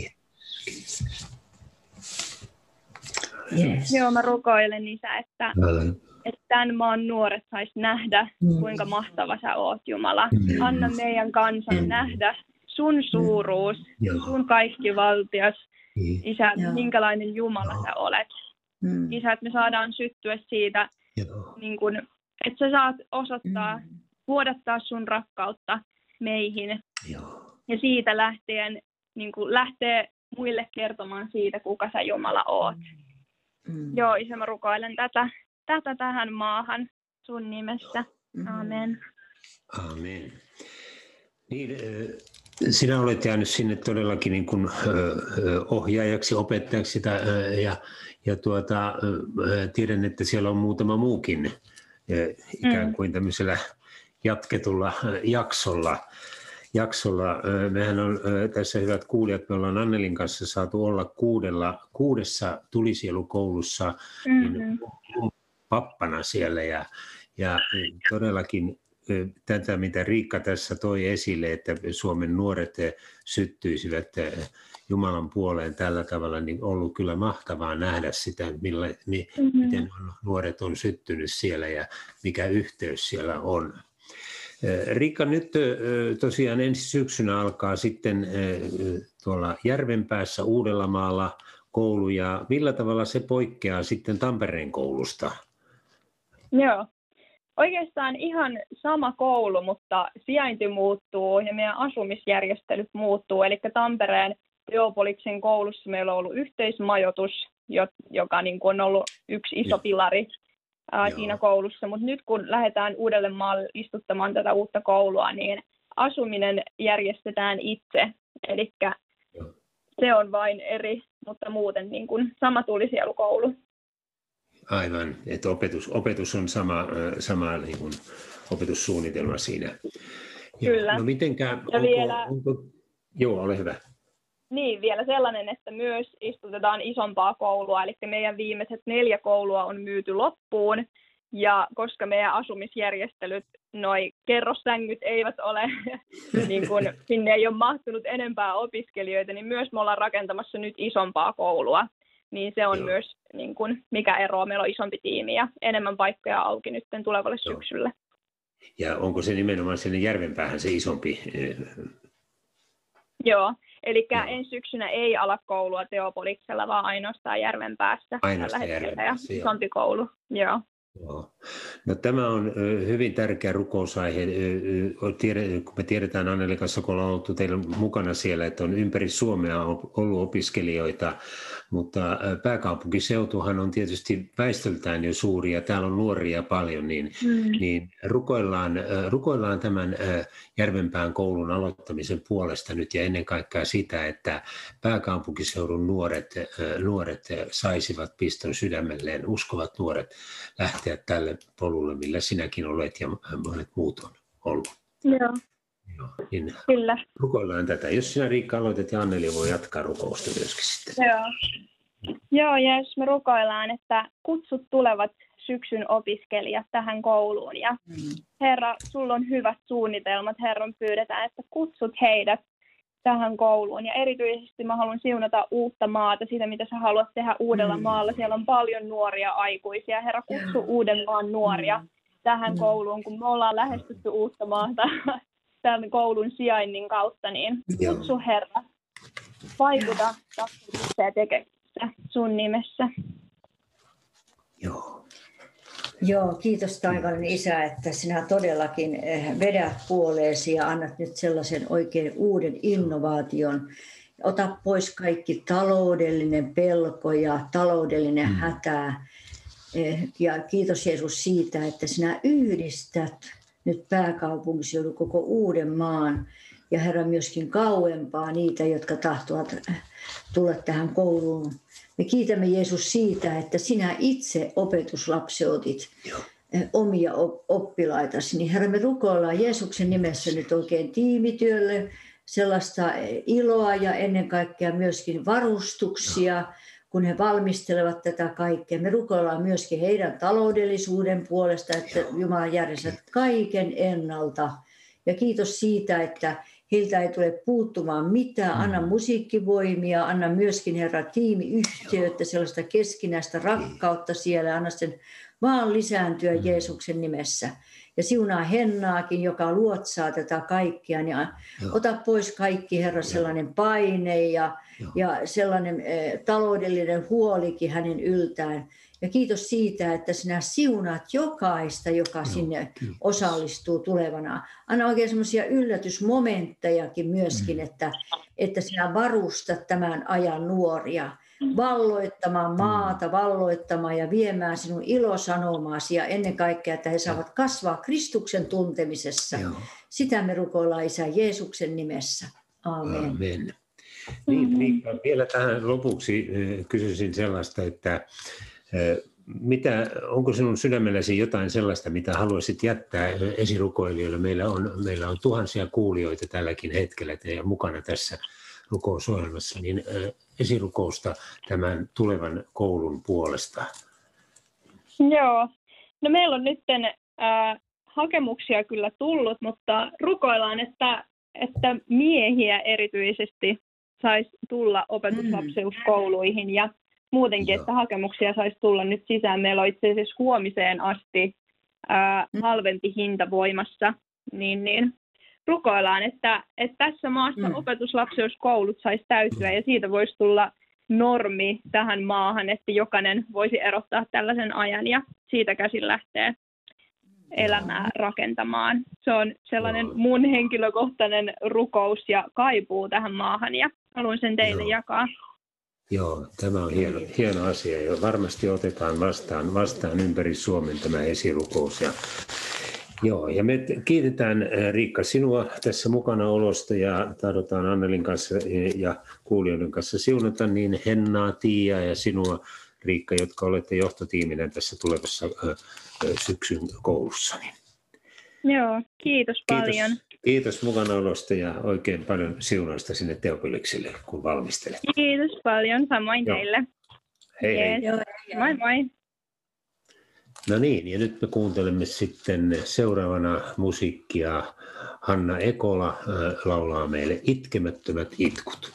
Yes. Joo, mä rukoilen, Isä, että tämän maan nuoret sais nähdä, kuinka mahtava sä oot, Jumala. Anna meidän kansan nähdä sun suuruus, sun kaikkivaltias. Isä, minkälainen Jumala sä olet. Isä, että me saadaan syttyä siitä, niin kun, että sä saat osoittaa, vuodattaa sun rakkautta meihin. Ja siitä lähtien niin kun lähtee muille kertomaan siitä, kuka sä Jumala oot. Joo, Isä, mä rukoilen tätä tähän maahan sun nimessä. Amen. Amen. Niin, sinä olet jäänyt sinne todellakin niin kuin ohjaajaksi, opettajaksi ja tiedän, että siellä on muutama muukin ikään kuin tämmöisellä jatketulla jaksolla. Mehän on tässä, hyvät kuulijat, me ollaan Annelin kanssa saatu olla 6 tulisielukoulussa niin pappana siellä ja todellakin tätä, mitä Riikka tässä toi esille, että Suomen nuoret syttyisivät Jumalan puoleen tällä tavalla, niin on ollut kyllä mahtavaa nähdä sitä, miten nuoret on syttynyt siellä ja mikä yhteys siellä on. Riikka, nyt tosiaan ensi syksynä alkaa sitten tuolla Järvenpäässä Uudellamaalla koulu, ja millä tavalla se poikkeaa sitten Tampereen koulusta? Joo. Oikeastaan ihan sama koulu, mutta sijainti muuttuu ja meidän asumisjärjestelyt muuttuu. Eli Tampereen Teopoliksen koulussa meillä on ollut yhteismajoitus, joka niin kuin on ollut yksi iso pilari siinä koulussa. Mutta nyt kun lähdetään Uudellemaalle istuttamaan tätä uutta koulua, niin asuminen järjestetään itse. Eli se on vain eri, mutta muuten niin kuin sama Tulisielukoulu. Aivan, että opetus on sama niin kuin opetussuunnitelma siinä. Kyllä. No mitenkään, joo, ole hyvä. Niin, vielä sellainen, että myös istutetaan isompaa koulua, eli meidän viimeiset 4 koulua on myyty loppuun, ja koska meidän asumisjärjestelyt, noi kerrossängyt eivät ole, niin kun sinne ei ole mahtunut enempää opiskelijoita, niin myös me ollaan rakentamassa nyt isompaa koulua, niin se on myös, niin kun, mikä eroaa, meillä on isompi tiimi ja enemmän paikkoja auki nyt tulevalle syksylle. Ja onko se nimenomaan sinne Järvenpäähän se isompi? Joo. Eli ensi syksynä ei ala koulua Teopoliksella, vaan ainoastaan Järvenpäässä tällä hetkellä ja isompi koulu. Joo. Joo. No, tämä on hyvin tärkeä rukousaihe. Kun me tiedetään Anneli kanssa, kun ollaan oltu teillä mukana siellä, että on ympäri Suomea ollut opiskelijoita, mutta pääkaupunkiseutuhan on tietysti väestöltään jo suuri ja täällä on nuoria paljon, niin rukoillaan tämän Järvenpään koulun aloittamisen puolesta nyt ja ennen kaikkea sitä, että pääkaupunkiseudun nuoret saisivat piston sydämelleen, uskovat nuoret lähteä tälle polulle, millä sinäkin olet ja monet muut on ollut. Joo. Niin kyllä. Rukoillaan tätä. Jos sinä, Riikka, aloitat ja Anneli voi jatkaa rukousta myöskin sitten. Joo, Jeesus, me rukoillaan, että kutsut tulevat syksyn opiskelijat tähän kouluun. Ja Herra, sulla on hyvät suunnitelmat. Herran pyydetään, että kutsut heidät tähän kouluun. Ja erityisesti mä haluan siunata Uuttamaata, sitä mitä sä haluat tehdä Uudellamaalla. Siellä on paljon nuoria aikuisia. Herra, kutsu Uudenmaan nuoria tähän kouluun, kun me ollaan lähestytty Uuttamaata tämän koulun sijainnin kautta, niin kutsu Herra. Vaikuta tahtotuksessa ja tekemisessä sun nimessä. Joo, kiitos taivallinen Isä, että sinä todellakin vedät puoleesi ja annat nyt sellaisen oikein uuden innovaation. Ota pois kaikki taloudellinen pelko ja taloudellinen hätä. Ja kiitos Jeesus siitä, että sinä yhdistät nyt pääkaupunkiseudun koko Uudenmaan ja Herra myöskin kauempaa niitä, jotka tahtovat tulla tähän kouluun. Me kiitämme Jeesus siitä, että sinä itse opetuslapseutit omia oppilaitasi. Niin Herra, me rukoillaan Jeesuksen nimessä nyt oikein tiimityölle sellaista iloa ja ennen kaikkea myöskin varustuksia, kun he valmistelevat tätä kaikkea. Me rukoillaan myöskin heidän taloudellisuuden puolesta, että Jumala järjestää kaiken ennalta. Ja kiitos siitä, että heiltä ei tule puuttumaan mitään. Anna musiikkivoimia, anna myöskin Herra tiimiyhteyttä, sellaista keskinäistä rakkautta siellä. Anna sen vaan lisääntyä Jeesuksen nimessä. Ja siunaa Hennaakin, joka luotsaa tätä kaikkea. Niin ota pois kaikki, Herra, sellainen paine ja sellainen taloudellinen huolikin hänen yltään. Ja kiitos siitä, että sinä siunaat jokaista, joka sinne osallistuu tulevana. Anna oikein semmoisia yllätysmomenttejakin myöskin, että sinä varustat tämän ajan nuoria valloittamaan maata, valloittamaan ja viemään sinun ilosanomaasi ja ennen kaikkea, että he saavat kasvaa Kristuksen tuntemisessa. Sitä me rukoillaan Isä Jeesuksen nimessä. Aamen. Amen. Niin, vielä tähän lopuksi kysyisin sellaista, että onko sinun sydämelläsi jotain sellaista, mitä haluaisit jättää esirukoilijoille? Meillä on tuhansia kuulijoita tälläkin hetkellä ja mukana tässä rukousohjelmassa, niin esirukousta tämän tulevan koulun puolesta. Joo, no meillä on nyt hakemuksia kyllä tullut, mutta rukoillaan, että miehiä erityisesti saisi tulla opetuslapseuskouluihin ja muutenkin, että hakemuksia saisi tulla nyt sisään. Meillä on itse asiassa huomiseen asti halvempi hinta voimassa, niin rukoillaan, että tässä maassa opetuslapseuskoulut saisi täyttyä ja siitä voisi tulla normi tähän maahan, että jokainen voisi erottaa tällaisen ajan ja siitä käsin lähteä elämää rakentamaan. Se on sellainen mun henkilökohtainen rukous ja kaipuu tähän maahan ja haluan sen teille jakaa. Joo, tämä on hieno asia ja varmasti otetaan vastaan ympäri Suomen tämä esirukous. Joo, ja me kiitetään Riikka sinua tässä mukana olosta ja tahdotaan Annelin kanssa ja kuulijoiden kanssa siunata niin Hennaa, Tiia ja sinua Riikka, jotka olette johtotiiminä tässä tulevassa syksyn koulussa. Joo, kiitos paljon. Kiitos mukanaolosta ja oikein paljon siunausta sinne Teopilikselle, kun valmistelet. Kiitos paljon, samoin teille. Hei hei. Yes. Moi moi. No niin, ja nyt me kuuntelemme sitten seuraavana musiikkia. Hanna Ekola laulaa meille Itkemättömät itkut.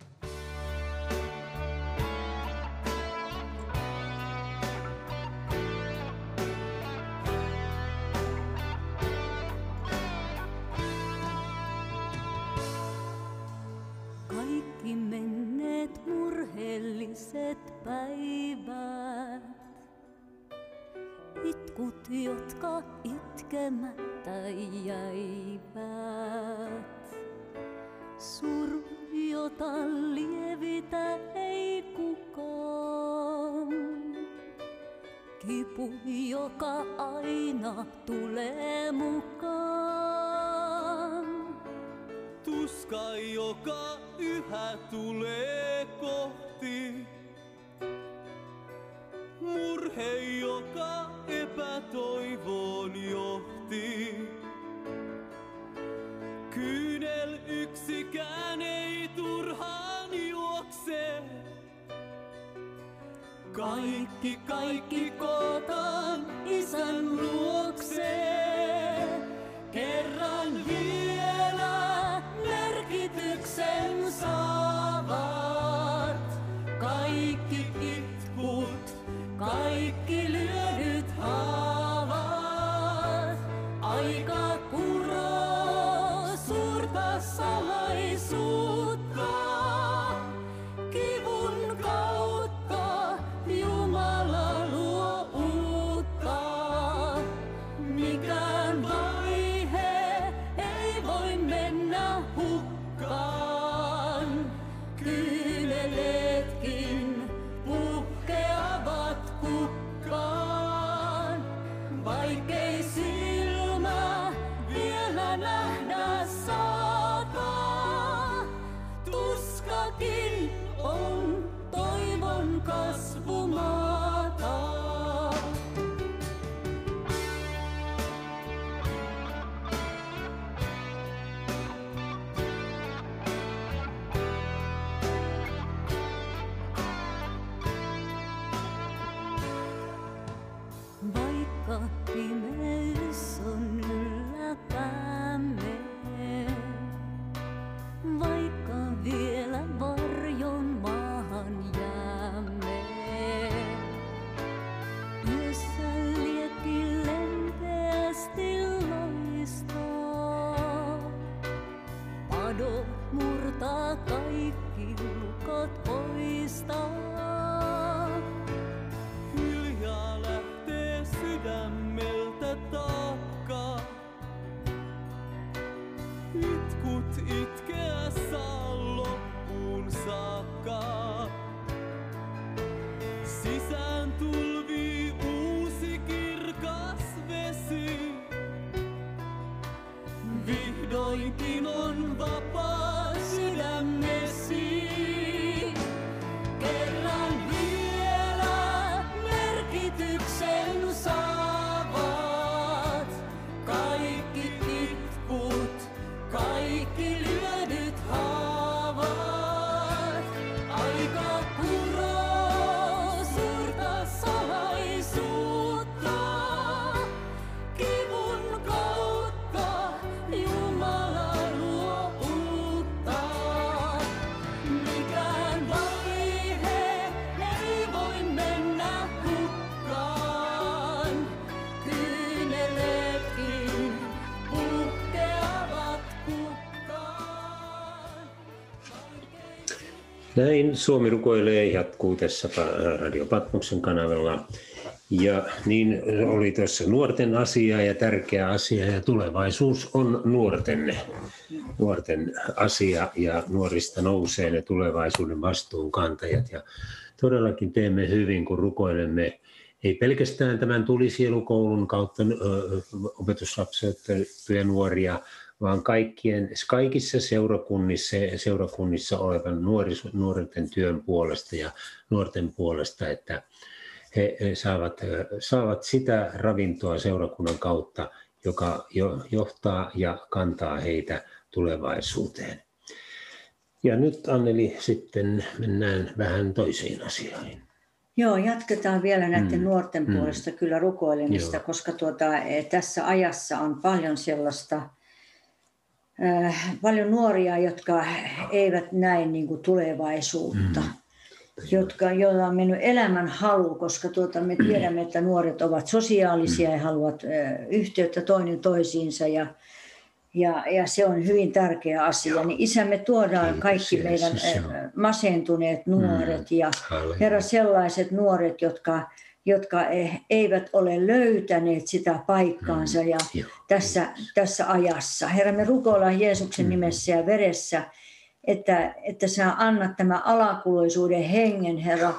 Kaikki menneet murheelliset päivät, itkut, jotka itkemättä jäivät. Suru, jota lievitä ei kukaan. Kipu, joka aina tulee mukaan. Tuska, joka yhä tulee kohti. Murhe, joka epätoivoon johti. Kyynel yksikään ei turhaan juokse. Kaikki kootaan Isän luokse. Kerran vielä merkityksen saavat. Kaikki itkut, kaikki lyödyt haavat. Aika kuroo suurta salaisuutta. Kivun kautta Jumala luo uutta. Mikään vaihe ei voi mennä hukkaan. Kyyneletkin puhkeavat kukkaan. Vaikkei silmä vielä nähdä saata, tuskakin on toivon kasvumaata. Vaikka pimeys on ylläpämme, vaikka vielä varjon maahan jäämme. Yössä liekki lempeästi loistaa, pado murtaa kaikki lukot poistaa. Hiljaa lähtee sydämeltä taakka. Itkut itkeä saa loppuun saakka. Sisään tulvii uusi kirkas vesi. Vihdoinkin on vapaa sydämesi. Kerran vielä merkityksen saavat. Kaikki itkut, kaikki lyödyt haavat. Aika kuroo suurta salaisuutta. Kivun kautta Jumala luo uutta. Mikään vaihe ei voi mennä hukkaan. Kyyneletkin puhkeavat kukkaan. Näin Suomi rukoilee jatkuu tässä Radio Patmoksen kanavalla. Ja niin oli tuossa nuorten asia ja tärkeä asia ja tulevaisuus on nuorten asia ja nuorista nousee ne tulevaisuuden vastuunkantajat. Ja todellakin teemme hyvin, kun rukoilemme ei pelkästään tämän Tulisielukoulun kautta opetuslapsia nuoria, vaan kaikissa seurakunnissa olevan nuorten työn puolesta ja nuorten puolesta, että he saavat sitä ravintoa seurakunnan kautta, joka johtaa ja kantaa heitä tulevaisuuteen. Ja nyt Anneli sitten mennään vähän toisiin asioihin. Joo, jatketaan vielä näiden nuorten puolesta kyllä rukoilemista, koska tässä ajassa on paljon sellaista, paljon jotka eivät näe niin kuin tulevaisuutta, joilla on mennyt elämän halu, koska me tiedämme, että nuoret ovat sosiaalisia ja haluavat yhteyttä toinen toisiinsa ja se on hyvin tärkeä asia. Niin Isä, me tuodaan kaikki meidän masentuneet nuoret ja Herra sellaiset nuoret, jotka eivät ole löytäneet sitä paikkaansa ja tässä ajassa. Herra, me rukoillaan Jeesuksen nimessä ja veressä, että sä annat tämän alakuloisuuden hengen, Herra,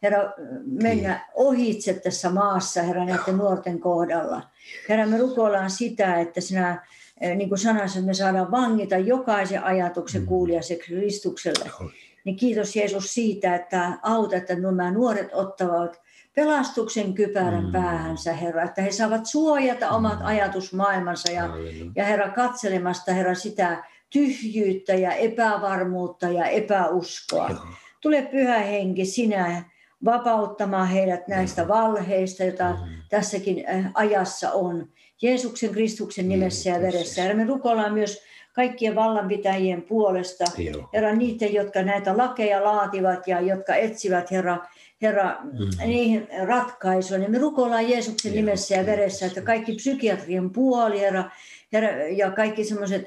mennä ohitse tässä maassa, Herra, näiden nuorten kohdalla. Herra, me rukoillaan sitä, että sinä, niin kuin sanassa, me saadaan vangita jokaisen ajatuksen kuulijaseksi Kristukselle. Niin kiitos Jeesus siitä, että auta, että nämä nuoret ottavat pelastuksen kypärän päähänsä, Herra, että he saavat suojata omat ajatusmaailmansa ja Herra katselemasta, Herra, sitä tyhjyyttä ja epävarmuutta ja epäuskoa. Tule Pyhä Henki, sinä vapauttamaan heidät näistä valheista, joita tässäkin ajassa on. Jeesuksen Kristuksen nimessä ja veressä. Herra, me rukoillaan myös kaikkien vallanpitäjien puolesta, Herra, niiden, jotka näitä lakeja laativat ja jotka etsivät, Herra, niihin ratkaisuja. Niin me rukoillaan Jeesuksen nimessä ja veressä, että kaikki psykiatrian puoli, Herra, ja kaikki semmoiset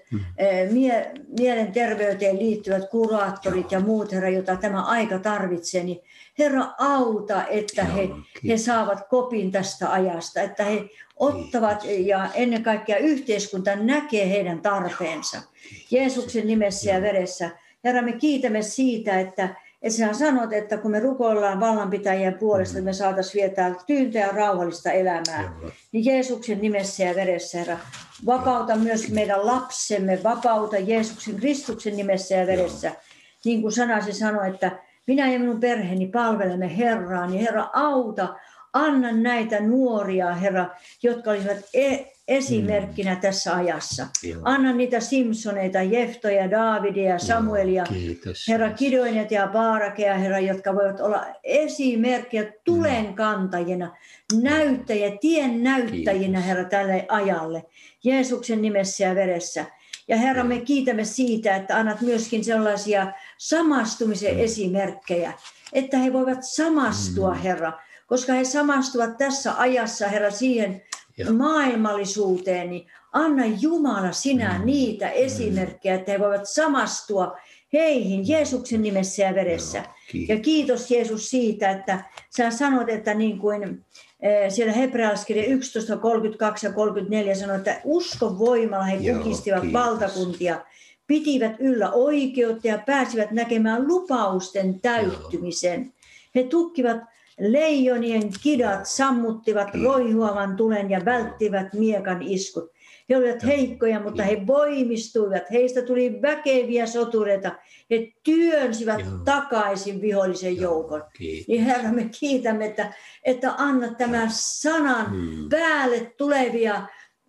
mielenterveyteen liittyvät kuraattorit ja muut, Herra, jota tämä aika tarvitsee, niin Herra, auta, että he saavat kopin tästä ajasta, että he ottavat ja ennen kaikkea yhteiskunta näkee heidän tarpeensa. Jeesuksen nimessä ja veressä. Herra, me kiitämme siitä, että sinä sanot, että kun me rukoillaan vallanpitäjien puolesta, me saataisiin vietää tyyntä ja rauhallista elämää. Niin Jeesuksen nimessä ja veressä, Herra, vapauta myös meidän lapsemme, vapauta Jeesuksen Kristuksen nimessä ja veressä. Niin kuin sanasi sanoi, että minä ja minun perheeni palvelemme Herraa, niin Herra, auta, anna näitä nuoria, Herra, jotka olisivat esimerkkinä tässä ajassa. Anna niitä Simpsoneita, Jeftoja, Daavidia, Samuelia, Herra, Gideonet ja Baarakeja, Herra, jotka voivat olla esimerkkiä tulen kantajina, näyttäjä, tien näyttäjinä, Herra, tälle ajalle. Jeesuksen nimessä ja veressä. Ja Herra, me kiitämme siitä, että annat myöskin sellaisia samastumisen esimerkkejä, että he voivat samastua, Herra, koska he samastuvat tässä ajassa, Herra, siihen maailmallisuuteen, niin anna Jumala sinä niitä esimerkkejä, että he voivat samastua heihin Jeesuksen nimessä ja veressä. Ja kiitos Jeesus siitä, että sä sanot, että niin kuin siellä hebrealaiskirja 11, 32 ja 34 sanoo, että uskon voimalla he kukistivat valtakuntia, pitivät yllä oikeutta ja pääsivät näkemään lupausten täyttymisen. He tukkivat leijonien kidat, sammuttivat roihuavan tulen ja välttivät miekan iskut. He olivat heikkoja, mutta he voimistuivat. Heistä tuli väkeviä sotureita. He työnsivät takaisin vihollisen joukon. Niin Herra, me kiitämme, että anna tämän sanan päälle tulevia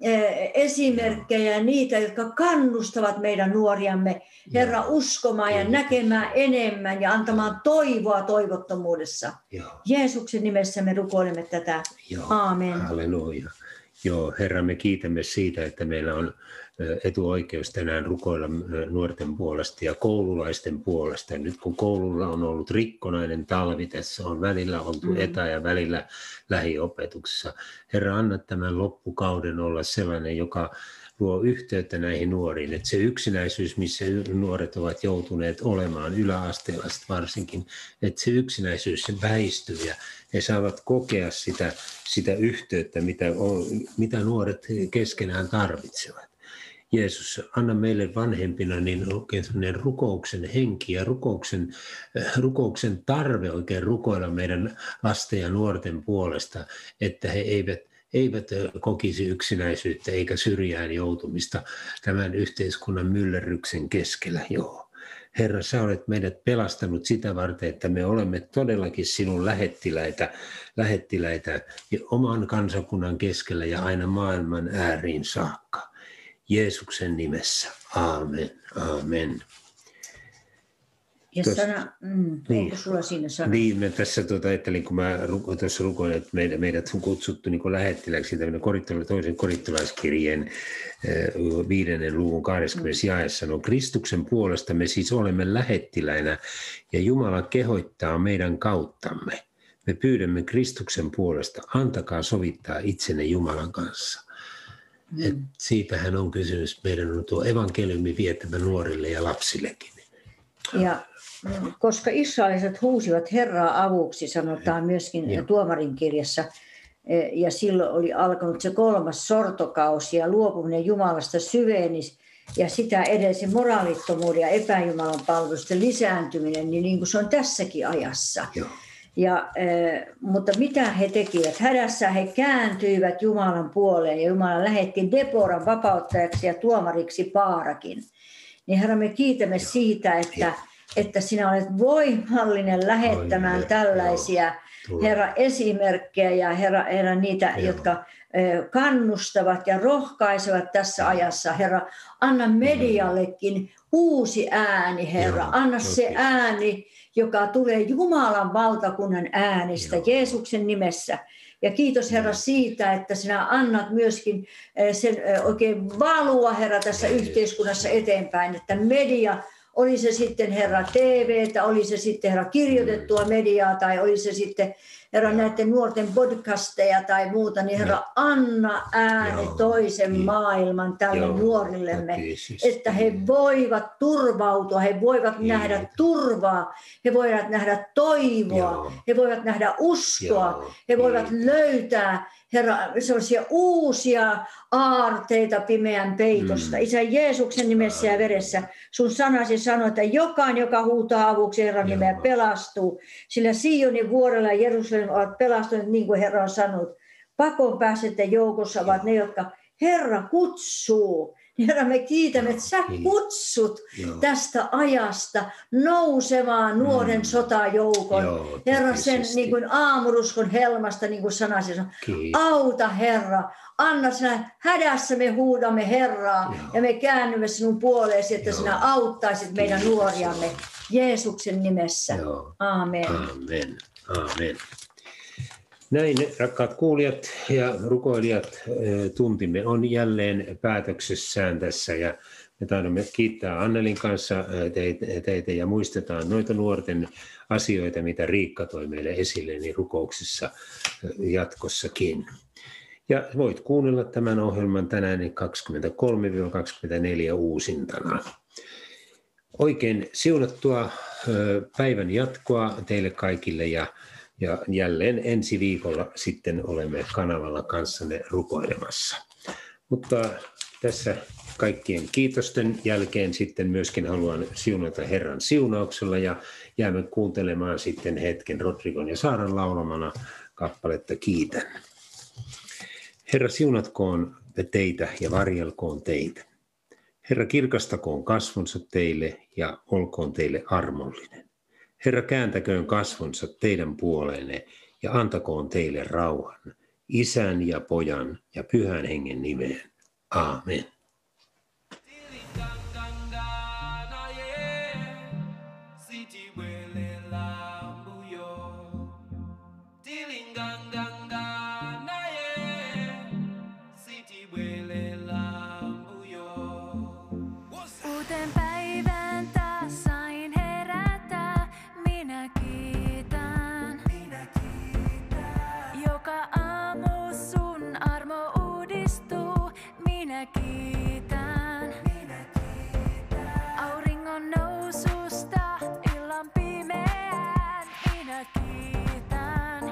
esimerkkejä ja niitä, jotka kannustavat meidän nuoriamme, Herra, uskomaan ja näkemään enemmän ja antamaan toivoa toivottomuudessa. Jeesuksen nimessä me rukoilemme tätä. Aamen. Halleluja. Joo, Herra, me kiitämme siitä, että meillä on etuoikeus tänään rukoilla nuorten puolesta ja koululaisten puolesta. Nyt kun koululla on ollut rikkonainen talvi, tässä on välillä oltu etä- ja välillä lähiopetuksessa. Herra, anna tämän loppukauden olla sellainen, joka luo yhteyttä näihin nuoriin. Että se yksinäisyys, missä nuoret ovat joutuneet olemaan, yläasteella varsinkin, että se yksinäisyys se väistyy ja he saavat kokea sitä yhteyttä, mitä nuoret keskenään tarvitsevat. Jeesus, anna meille vanhempina niin oikein sellainen rukouksen henki ja rukouksen tarve oikein rukoilla meidän lasten ja nuorten puolesta, että he eivät kokisi yksinäisyyttä eikä syrjään joutumista tämän yhteiskunnan myllerryksen keskellä. Joo. Herra, sä olet meidät pelastanut sitä varten, että me olemme todellakin sinun lähettiläitä oman kansakunnan keskellä ja aina maailman ääriin saakka. Jeesuksen nimessä. Aamen. Aamen. Ja sana, onko sulla siinä sana? Niin, mä tässä ajattelin, kun mä tuossa rukoilin, että meidät on kutsuttu niin lähettiläksi toisen korintolaiskirjeen 5. luvun 20. jae sanoo, Kristuksen puolesta me siis olemme lähettiläinä ja Jumala kehottaa meidän kauttamme. Me pyydämme Kristuksen puolesta, antakaa sovittaa itsenne Jumalan kanssa. Et siitähän on kysymys. Meidän on tuo evankeliumi vietävä nuorille ja lapsillekin. Ja koska israeliset huusivat Herraa avuksi, sanotaan myöskin Tuomarin kirjassa, ja silloin oli alkanut se 3. sortokausi ja luopuminen Jumalasta syveni, ja sitä edelsi moraalittomuuden ja epäjumalan palvelusten lisääntyminen, niin kuin se on tässäkin ajassa. Mutta mitä he tekivät? Hädässä he kääntyivät Jumalan puoleen, ja Jumala lähetti Deporan vapauttajaksi ja tuomariksi Baarakin. Niin Herra, me kiitämme siitä, että sinä olet voimallinen lähettämään tällaisia, Herra, esimerkkejä ja Herra niitä, jotka kannustavat ja rohkaisevat tässä ajassa. Herra, anna mediallekin uusi ääni, Herra. Anna se ääni, joka tulee Jumalan valtakunnan äänistä Jeesuksen nimessä. Ja kiitos Herra siitä, että sinä annat myöskin sen oikein valua, Herra, tässä yhteiskunnassa eteenpäin, että media, oli se sitten Herra TV:tä, oli se sitten Herra kirjoitettua mediaa tai oli se sitten Herra näiden nuorten podcasteja tai muuta, niin Herra anna ääni toisen maailman tälle nuorillemme, että he voivat turvautua, he voivat nähdä turvaa, he voivat nähdä toivoa, he voivat nähdä uskoa, he voivat löytää Herra, sellaisia uusia aarteita pimeän peitosta. Isä Jeesuksen nimessä ja veressä sun sanasi sanoi, että jokainen, joka huutaa avuksi Herran nimeä, pelastuu. Sillä Sionin vuorella ja Jerusalem ovat pelastuneet, niin kuin Herra on sanonut. Pakoon päässeiden joukossa ovat ne, jotka Herra kutsuu. Herra, me kiitämme, että sä kutsut tästä ajasta nousemaan nuoren sotajoukon. Herra, sen niin kuin aamuruskon helmasta, niin kuin sanasi, auta Herra. Anna sinä hädässä, me huudamme Herraa ja me käännymme sinun puoleesi, että sinä auttaisit meidän nuoriamme Jeesuksen nimessä. Aamen. Aamen. Aamen. Näin, rakkaat kuulijat ja rukoilijat, tuntimme on jälleen päätöksessään tässä ja me taidamme kiittää Annelin kanssa teitä ja muistetaan noita nuorten asioita, mitä Riikka toi meille esille niin rukouksissa jatkossakin. Ja voit kuunnella tämän ohjelman tänään 23-24 uusintana. Oikein siunattua päivän jatkoa teille kaikille ja jälleen ensi viikolla sitten olemme kanavalla kanssanne rukoilemassa. Mutta tässä kaikkien kiitosten jälkeen sitten myöskin haluan siunata Herran siunauksella ja jäämme kuuntelemaan sitten hetken Rodrigon ja Saaran laulamana kappaletta Kiitän. Herra, siunatkoon teitä ja varjelkoon teitä. Herra, kirkastakoon kasvonsa teille ja olkoon teille armollinen. Herra, kääntäköön kasvonsa teidän puoleenne ja antakoon teille rauhan, Isän ja Pojan ja Pyhän Hengen nimeen. Aamen. Uuteen päivään taas sain herätä, minä kiitän. Joka aamu sun armo uudistuu, minä kiitän. Auringon noususta illan pimeään, minä kiitän.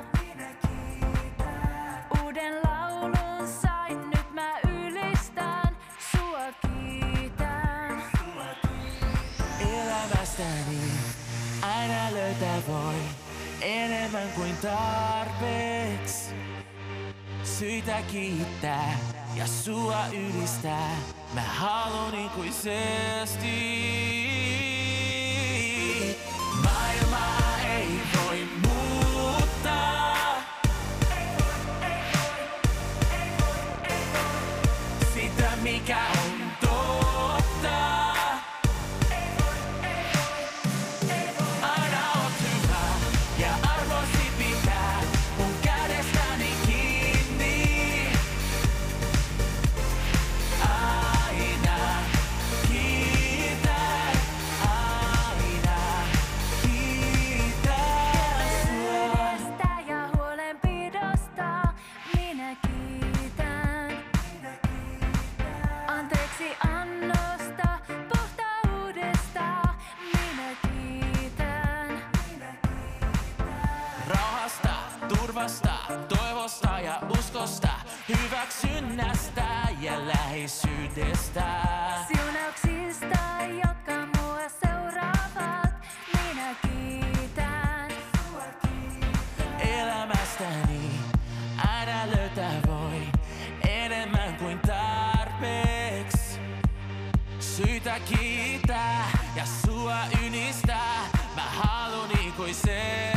Uuden laulun sain, nyt mä ylistän, sua kiitän. voin enemmän kuin tarpeeks. Syitä kiittää ja sua ylistää. Mä haluun ikuisesti. Maailmaa ei voi muuttaa. Sitä mikä on totta. Aina oot hyvä ja arvosi pitää mun kädestäni kiinni. Aina kiitän, aina kiitän sua. Edestä ja huolenpidosta minä kiitän. Anteeksi annosta, puhtaudesta minä kiitän. Rauhasta, turvasta, toivosta ja uskosta, hyväksynnästä ja läheisyydestä. Siunauksista, jotka mua seuraavat, minä kiitän. Elämästäni aina löytää voin enemmän kuin tarpeeks. Syitä kiittää ja sua ylistää. Mä haluun ikuisesti.